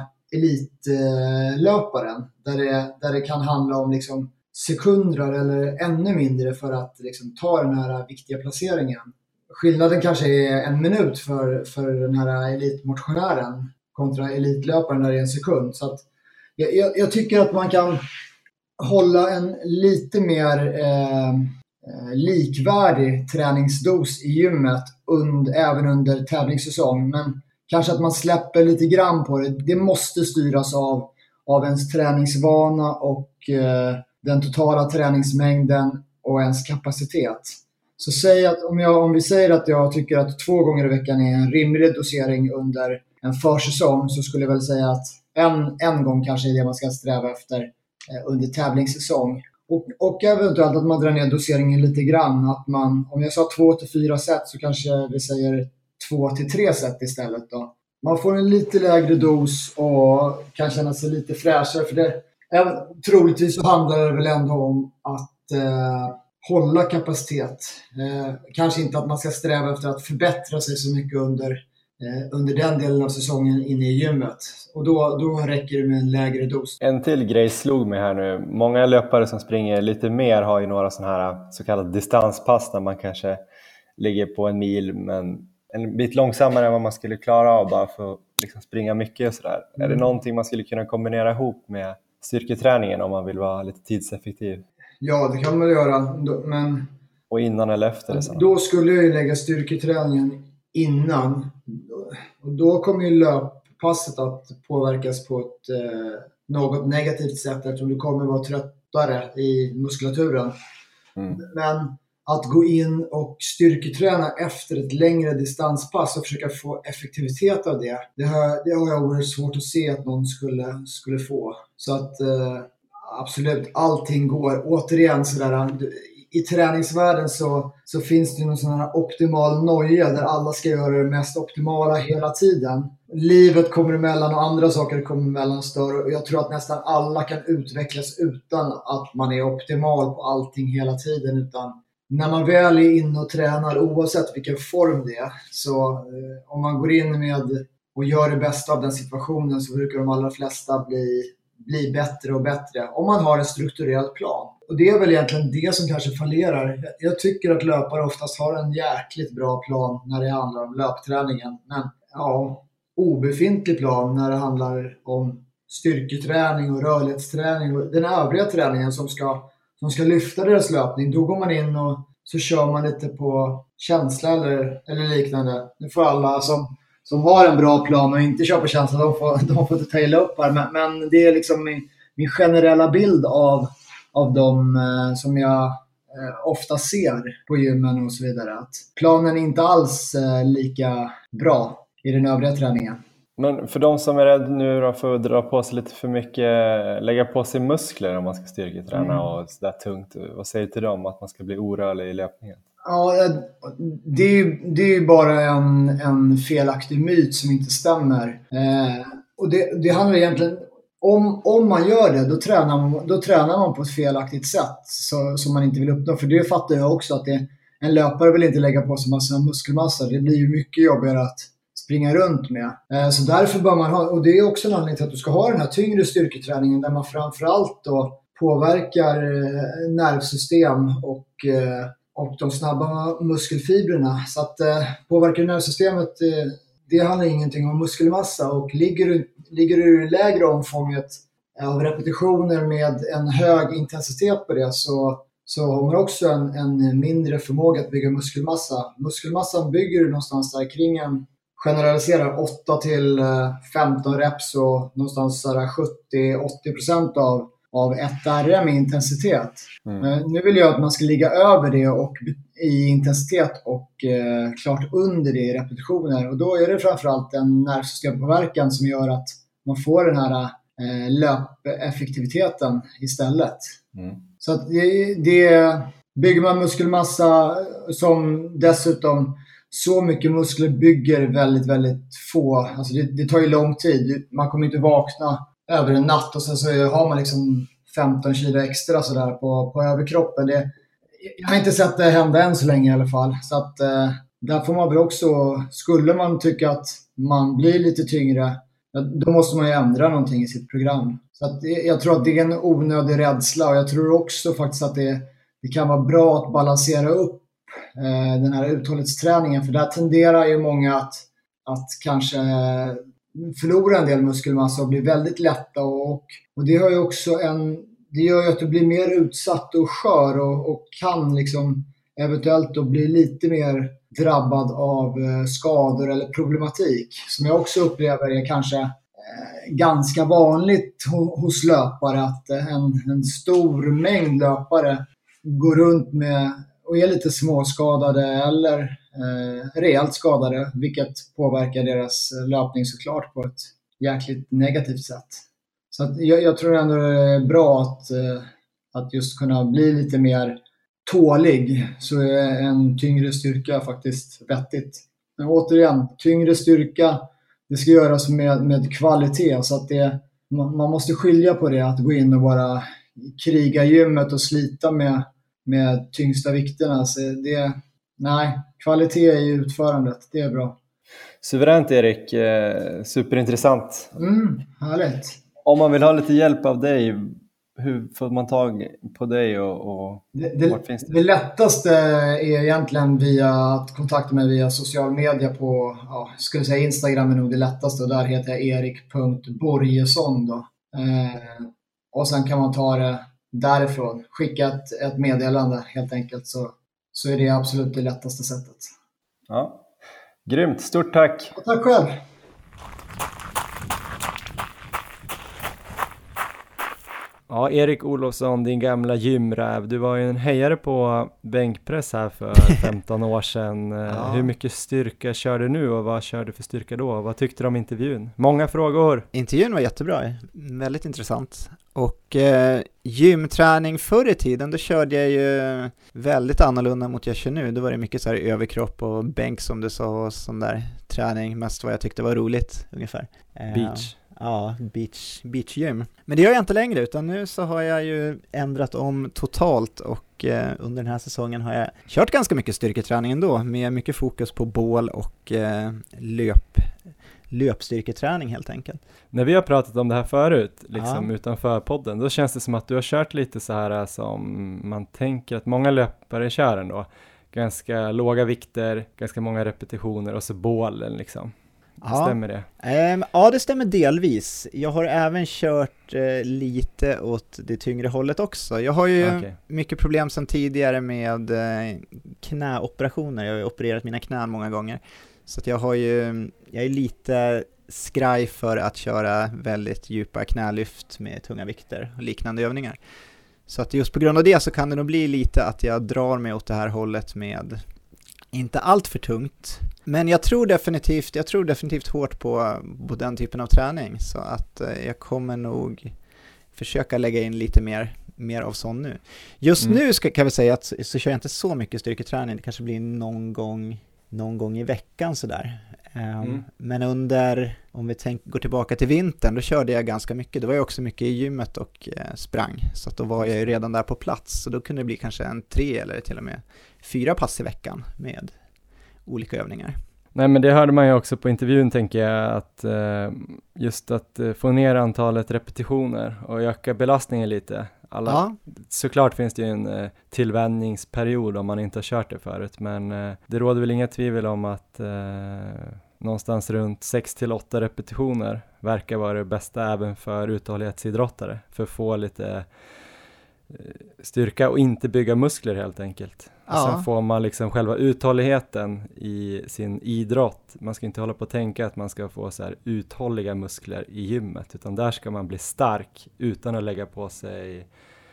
elitlöparen, där det, där det kan handla om liksom sekunder eller ännu mindre för att liksom ta den här viktiga placeringen. Skillnaden kanske är en minut för, för den här elitmotionären kontra elitlöparen där det är en sekund. Så att jag, jag, jag tycker att man kan hålla en lite mer eh, likvärdig träningsdos i gymmet und, även under tävlingssäsong. Men kanske att man släpper lite grann på det. Det måste styras av, av ens träningsvana och eh, den totala träningsmängden och ens kapacitet. Så säg att, om, jag, om vi säger att jag tycker att två gånger i veckan är en rimlig dosering under en försäsong, så skulle jag väl säga att en, en gång kanske är det man ska sträva efter eh, under tävlingssäsong. Och, och eventuellt att man drar ner doseringen lite grann. Att man, om jag sa två till fyra set så kanske vi säger två till tre set istället då. Man får en lite lägre dos och kan känna sig lite fräschare, för det. Även, troligtvis så handlar det väl ändå om att eh, hålla kapacitet. Eh, kanske inte att man ska sträva efter att förbättra sig så mycket under, eh, under den delen av säsongen inne i gymmet. Och då, då räcker det med en lägre dos. En till grej slog mig här nu. Många löpare som springer lite mer har ju några sådana här så kallade distanspass där man kanske ligger på en mil men en bit långsammare än vad man skulle klara av bara för att liksom springa mycket och sådär. Mm. Är det någonting man skulle kunna kombinera ihop med styrketräningen om man vill vara lite tidseffektiv? Ja, det kan man göra, men... Och innan eller efter det? Då skulle jag ju lägga styrketräningen innan. Och då kommer ju löppasset att påverkas på ett eh, något negativt sätt eftersom du kommer vara tröttare i muskulaturen. Mm. Men att gå in och styrketräna efter ett längre distanspass och försöka få effektivitet av det, det har, det har jag varit svårt att se att någon skulle, skulle få. Så att eh, absolut, allting går. Återigen sådär, i träningsvärlden så, så finns det någon sån här optimal noja där alla ska göra det mest optimala hela tiden. Livet kommer emellan och andra saker kommer emellan större. Och jag tror att nästan alla kan utvecklas utan att man är optimal på allting hela tiden. Utan när man väl är inne och tränar, oavsett vilken form det är, så eh, om man går in med och gör det bästa av den situationen så brukar de allra flesta bli, bli bättre och bättre. Om man har en strukturerad plan. Och det är väl egentligen det som kanske fallerar. Jag tycker att löpare oftast har en jäkligt bra plan när det handlar om löpträningen. Men ja, obefintlig plan när det handlar om styrketräning och rörlighetsträning och den övriga träningen som ska, som ska lyfta deras löpning. Då går man in och så kör man lite på känsla eller, eller liknande. Nu får alla som, som har en bra plan och inte kör på känsla, de får, de får ta illa upp här. Men, men det är liksom min, min generella bild av av de eh, som jag eh, ofta ser på gymmen och så vidare. Att planen är inte alls eh, lika bra i den övriga träningen. Men för de som är rädda nu då för att dra på sig lite för mycket, lägga på sig muskler om man ska styrketräna mm. och sådär tungt. Vad säger du till dem att man ska bli orörlig i löpningen? Ja, det är ju, det är ju bara en, en felaktig myt som inte stämmer. Eh, och det, det handlar egentligen... Om, om man gör det, då tränar man, då tränar man på ett felaktigt sätt så, som man inte vill uppnå. För det fattar jag också att det, en löpare vill inte lägga på sig massa muskelmassa. Det blir ju mycket jobbigare att springa runt med. Eh, så därför bör man ha, och det är också en anledning till att du ska ha den här tyngre styrketräningen där man framförallt då påverkar eh, nervsystem och, eh, och de snabba muskelfibrerna. Så att eh, påverkar nervsystemet, eh, det handlar ingenting om muskelmassa och ligger du Ligger du i lägre omfånget av repetitioner med en hög intensitet på det så, så har man också en, en mindre förmåga att bygga muskelmassa. Muskelmassan bygger du någonstans där kring en generaliserar åtta till femton reps och någonstans sjuttio till åttio procent av, av ett R M i intensitet. Mm. Nu vill jag att man ska ligga över det och, i intensitet och eh, klart under det i repetitioner. Och då är det framförallt en nervsystempåverkan som gör att man får den här eh, löpeffektiviteten istället. Mm. Så att det, det bygger man muskelmassa som dessutom så mycket muskler bygger väldigt, väldigt få. Alltså det, det tar ju lång tid. Man kommer inte vakna över en natt och sen så har man liksom femton kilo extra sådär på, på överkroppen. Det, jag har inte sett det hända än så länge i alla fall. Så att eh, där får man väl också, skulle man tycka att man blir lite tyngre, då måste man ju ändra någonting i sitt program. Så att jag tror att det är en onödig rädsla och jag tror också faktiskt att det, det kan vara bra att balansera upp eh, den här uthållighetsträningen. För där tenderar ju många att, att kanske förlora en del muskelmassa och bli väldigt lätta. Och, och det har ju också en, det gör ju att du blir mer utsatt och skör och, och kan liksom eventuellt då bli lite mer drabbad av skador eller problematik som jag också upplever är kanske eh, ganska vanligt ho- hos löpare att en, en stor mängd löpare går runt med och är lite småskadade eller eh, rejält skadade, vilket påverkar deras löpning såklart på ett jäkligt negativt sätt. Så att jag, jag tror ändå det är bra att, eh, att just kunna bli lite mer tålig, så är en tyngre styrka faktiskt vettigt. Men återigen, tyngre styrka, det ska göras med, med kvalitet, så att det, man, man måste skilja på det, att gå in och bara kriga gymmet och slita med, med tyngsta vikterna. Så det, nej, kvalitet i utförandet, det är bra. Suveränt Erik, eh, superintressant. Mm, härligt. Om man vill ha lite hjälp av dig, hur får man tag på dig och, och det, det, vart finns det? Det lättaste är egentligen via att kontakta mig via social media på, ja, skulle säga Instagram är nog det lättaste, och där heter jag erik punkt borgesson då. Eh, och sen kan man ta det därifrån. Skicka ett, ett meddelande helt enkelt, så, så är det absolut det lättaste sättet. Ja, grymt. Stort tack! Och tack själv! Ja, Erik Olofsson, din gamla gymräv. Du var ju en hejare på bänkpress här för femton år sedan. Ja. Hur mycket styrka kör du nu och vad kör du för styrka då? Vad tyckte du om intervjun? Många frågor. Intervjun var jättebra, väldigt intressant. Och eh, gymträning förr i tiden, då körde jag ju väldigt annorlunda mot jag kör nu. Då var det mycket så här överkropp och bänk som du sa och sån där träning. Mest vad jag tyckte var roligt ungefär. Eh, Beach. Ja, beach, beachgym. Men det gör jag inte längre, utan nu så har jag ju ändrat om totalt och eh, under den här säsongen har jag kört ganska mycket styrketräning ändå, med mycket fokus på bål och eh, löp, löpstyrketräning helt enkelt. När vi har pratat om det här förut, liksom Ja. utanför podden, då känns det som att du har kört lite så här som man tänker att många löpare kör ändå. Ganska låga vikter, ganska många repetitioner och så bålen liksom. Ja. Stämmer det? Um, ja, det stämmer delvis. Jag har även kört uh, lite åt det tyngre hållet också. Jag har ju Okay. mycket problem sedan tidigare med uh, knäoperationer. Jag har ju opererat mina knän många gånger. Så att jag har ju, jag är lite skraj för att köra väldigt djupa knälyft med tunga vikter och liknande övningar. Så att just på grund av det så kan det nog bli lite att jag drar mig åt det här hållet med inte allt för tungt. Men jag tror definitivt, jag tror definitivt hårt på, på den typen av träning. Så att eh, jag kommer nog försöka lägga in lite mer, mer av sån nu. Just mm. nu ska, kan vi säga att så, så kör jag inte så mycket styrketräning. Det kanske blir någon gång, någon gång i veckan sådär. Um, mm. Men under, om vi tänk, går tillbaka till vintern, då körde jag ganska mycket. Det var ju också mycket i gymmet och eh, sprang. Så att då var jag ju redan där på plats. Så då kunde det bli kanske en tre eller till och med fyra pass i veckan med olika övningar. Nej, men det hörde man ju också på intervjun, tänker jag, att eh, just att eh, få ner antalet repetitioner och öka belastningen lite. Alla, ja. Såklart finns det ju en eh, tillvänjningsperiod om man inte har kört det förut, men eh, det råder väl inga tvivel om att eh, någonstans runt sex till åtta repetitioner verkar vara det bästa även för uthållighetsidrottare, för att få lite styrka och inte bygga muskler helt enkelt. Ja. Sen får man liksom själva uthålligheten i sin idrott. Man ska inte hålla på att tänka att man ska få så här uthålliga muskler i gymmet, utan där ska man bli stark utan att lägga på sig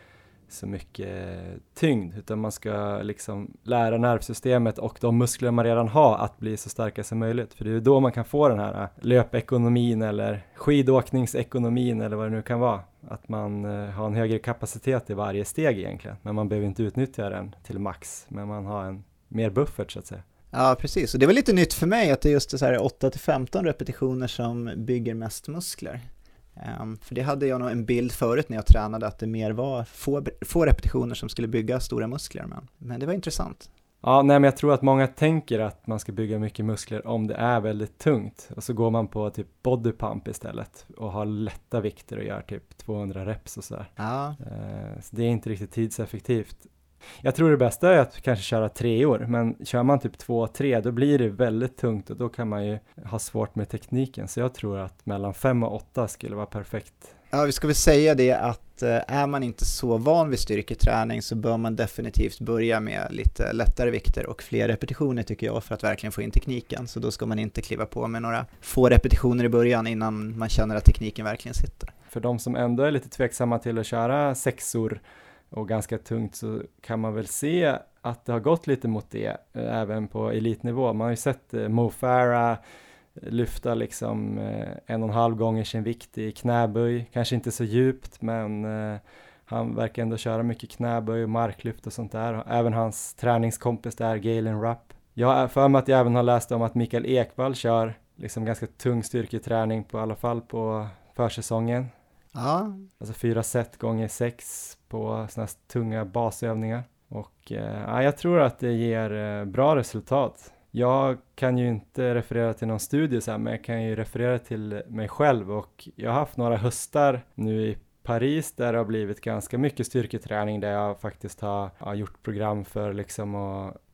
så mycket tyngd, utan man ska liksom lära nervsystemet och de muskler man redan har att bli så starka som möjligt, för det är då man kan få den här löpekonomin eller skidåkningsekonomin eller vad det nu kan vara, att man uh, har en högre kapacitet i varje steg egentligen, men man behöver inte utnyttja den till max, men man har en mer buffert så att säga. Ja, precis. Och det var lite nytt för mig att det är just så här åtta till femton repetitioner som bygger mest muskler. Um, för det hade jag nog en bild förut när jag tränade, att det mer var få, få repetitioner som skulle bygga stora muskler. Men, men det var intressant. Ja, nej, men jag tror att många tänker att man ska bygga mycket muskler om det är väldigt tungt. Och så går man på typ bodypump istället och har lätta vikter och gör typ tvåhundra reps och sådär. Ja. Uh, så det är inte riktigt tidseffektivt. Jag tror det bästa är att kanske köra tre år, men kör man typ två, tre, då blir det väldigt tungt och då kan man ju ha svårt med tekniken. Så jag tror att mellan fem och åtta skulle vara perfekt. Ja, vi ska väl säga det att är man inte så van vid styrketräning så bör man definitivt börja med lite lättare vikter och fler repetitioner tycker jag, för att verkligen få in tekniken. Så då ska man inte kliva på med några få repetitioner i början innan man känner att tekniken verkligen sitter. För de som ändå är lite tveksamma till att köra sexor och ganska tungt, så kan man väl se att det har gått lite mot det eh, även på elitnivå. Man har ju sett eh, Mo Farah lyfta liksom eh, en och en halv gånger sin vikt i knäböj. Kanske inte så djupt, men eh, han verkar ändå köra mycket knäböj och marklyft och sånt där. Även hans träningskompis där, Galen Rupp. Jag har för mig att jag även har läst om att Mikael Ekvall kör liksom ganska tung styrketräning på i alla fall på försäsongen. Ja. Alltså fyra set gånger sex på såna här tunga basövningar. Och eh, jag tror att det ger eh, bra resultat. Jag kan ju inte referera till någon studie så här, men jag kan ju referera till mig själv. Och jag har haft några höstar nu i Paris där det har blivit ganska mycket styrketräning, där jag faktiskt har, har gjort program för liksom att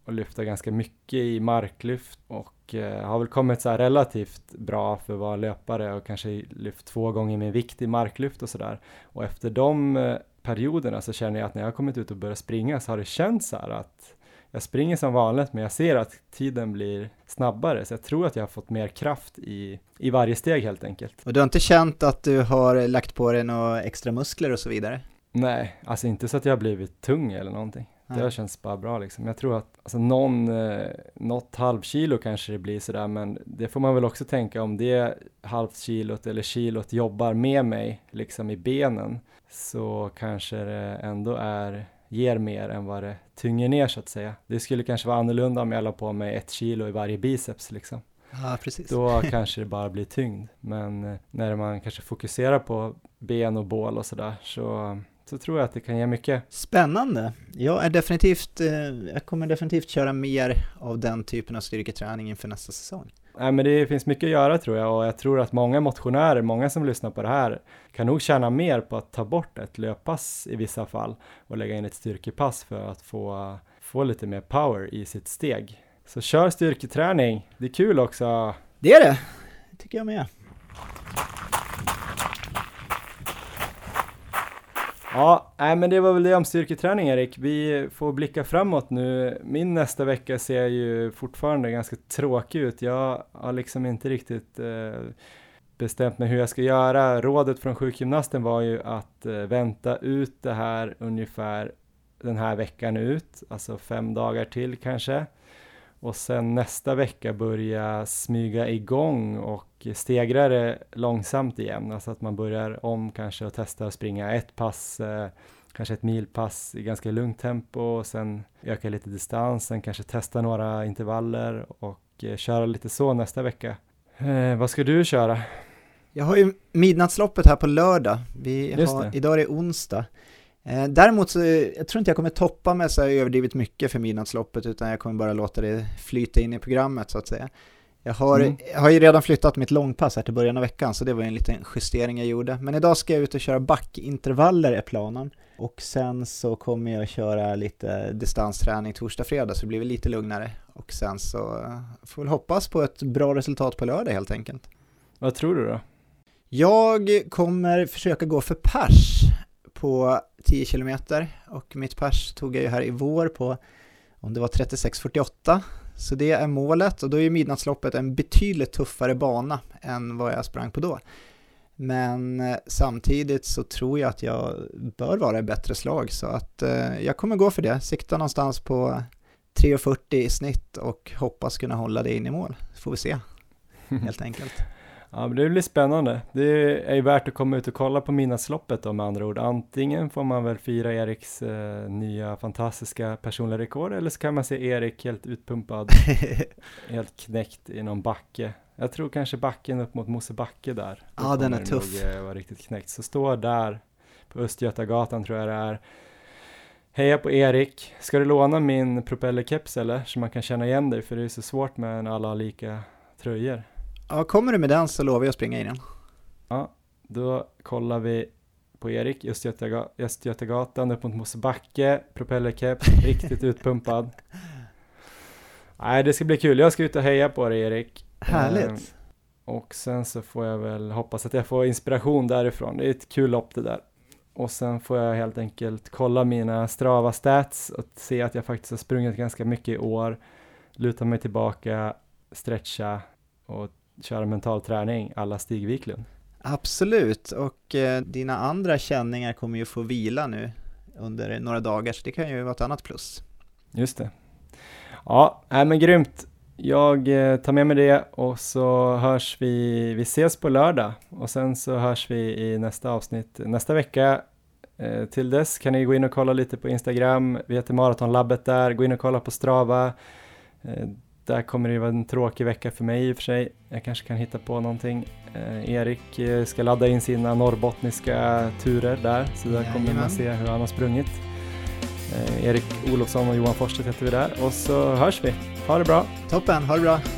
och lyfta ganska mycket i marklyft och eh, har väl kommit så här relativt bra för att vara löpare och kanske lyft två gånger min vikt i marklyft och sådär. Och efter de eh, perioderna så känner jag att när jag har kommit ut och börjat springa så har det känts så här att jag springer som vanligt, men jag ser att tiden blir snabbare. Så jag tror att jag har fått mer kraft i, i varje steg helt enkelt. Och du har inte känt att du har lagt på dig några extra muskler och så vidare? Nej, alltså inte så att jag har blivit tung eller någonting. Nej. Det har känts bara bra liksom. Jag tror att alltså någon, eh, något halvkilo kanske det blir sådär, men det får man väl också tänka om det halvkilot eller kilot jobbar med mig liksom i benen, så kanske det ändå är ger mer än vad det tynger ner så att säga. Det skulle kanske vara annorlunda om jag la på mig ett kilo i varje biceps liksom. Ja, precis. Då kanske det bara blir tyngd. Men när man kanske fokuserar på ben och bål och sådär så, så tror jag att det kan ge mycket. Spännande. Jag är definitivt, jag kommer definitivt köra mer av den typen av styrketräning inför nästa säsong. Nej, men det finns mycket att göra tror jag, och jag tror att många motionärer, många som lyssnar på det här kan nog tjäna mer på att ta bort ett löppass i vissa fall och lägga in ett styrkepass för att få, få lite mer power i sitt steg. Så kör styrketräning, det är kul också. Det är det, det tycker jag med. Ja, nej, men det var väl det om styrketräning, Erik. Vi får blicka framåt nu. Min nästa vecka ser ju fortfarande ganska tråkig ut. Jag har liksom inte riktigt eh, bestämt mig hur jag ska göra. Rådet från sjukgymnasten var ju att eh, vänta ut det här ungefär den här veckan ut. Alltså fem dagar till kanske. Och sen nästa vecka börja smyga igång och stegra det långsamt igen. Alltså att man börjar om kanske och testar att springa ett pass, eh, kanske ett milpass i ganska lugnt tempo. Och sen öka lite distans, sen kanske testa några intervaller och eh, köra lite så nästa vecka. Eh, vad ska du köra? Jag har ju midnattsloppet här på lördag. Vi har, idag är det onsdag. Eh, däremot så jag tror inte jag kommer toppa med så överdrivet mycket för midnattsloppet, utan jag kommer bara låta det flyta in i programmet så att säga. Jag har, mm. jag har ju redan flyttat mitt långpass här till början av veckan, så det var en liten justering jag gjorde. Men idag ska jag ut och köra backintervaller är planen. Och sen så kommer jag köra lite distansträning torsdag, fredag, så det blir väl lite lugnare. Och sen så får vi hoppas på ett bra resultat på lördag helt enkelt. Vad tror du då? Jag kommer försöka gå för pers på tio kilometer, och mitt pers tog jag ju här i vår på, om det var trettiosex fyrtioåtta, så det är målet, och då är ju midnattsloppet en betydligt tuffare bana än vad jag sprang på då. Men eh, samtidigt så tror jag att jag bör vara i bättre slag, så att eh, jag kommer gå för det, sikta någonstans på tre fyrtio i snitt och hoppas kunna hålla det in i mål, får vi se helt enkelt. Ja, men det blir spännande. Det är ju värt att komma ut och kolla på midnattsloppet då, med andra ord. Antingen får man väl fira Eriks eh, nya fantastiska personliga rekord, eller så kan man se Erik helt utpumpad, helt knäckt i någon backe. Jag tror kanske backen upp mot Mosebacke där. Ja, den är tuff. Det var riktigt knäckt. Så stå där på Östgötagatan tror jag det är. Heja på Erik. Ska du låna min propellerkeps eller? Så man kan känna igen dig, för det är så svårt med alla lika tröjor. Ja, kommer du med den så lovar jag att springa i den. Ja, då kollar vi på Erik i Östgötaga- Östgötagatan upp mot Mosebacke, propellerkeps, riktigt utpumpad. Nej, det ska bli kul. Jag ska ut och heja på dig, Erik. Härligt. Ehm, och sen så får jag väl hoppas att jag får inspiration därifrån. Det är ett kul lopp det där. Och sen får jag helt enkelt kolla mina Strava stats och se att jag faktiskt har sprungit ganska mycket i år. Luta mig tillbaka, stretcha och köra mental träning alla Stig Wiklund. Absolut, och eh, dina andra känningar kommer ju få vila nu under några dagar, så det kan ju vara ett annat plus. Just det. Ja, äh, men grymt. Jag eh, tar med mig det, och så hörs vi, vi ses på lördag, och sen så hörs vi i nästa avsnitt nästa vecka. Eh, till dess kan ni gå in och kolla lite på Instagram, vi heter Maratonlabbet där, gå in och kolla på Strava. Eh, Där kommer det vara en tråkig vecka för mig i och för sig. Jag kanske kan hitta på någonting. Eh, Erik eh, ska ladda in sina norrbottniska turer där. Så där kommer man se hur han har sprungit. Eh, Erik Olofsson och Johan Forsstedt heter vi där. Och så hörs vi. Ha det bra. Toppen, ha det bra.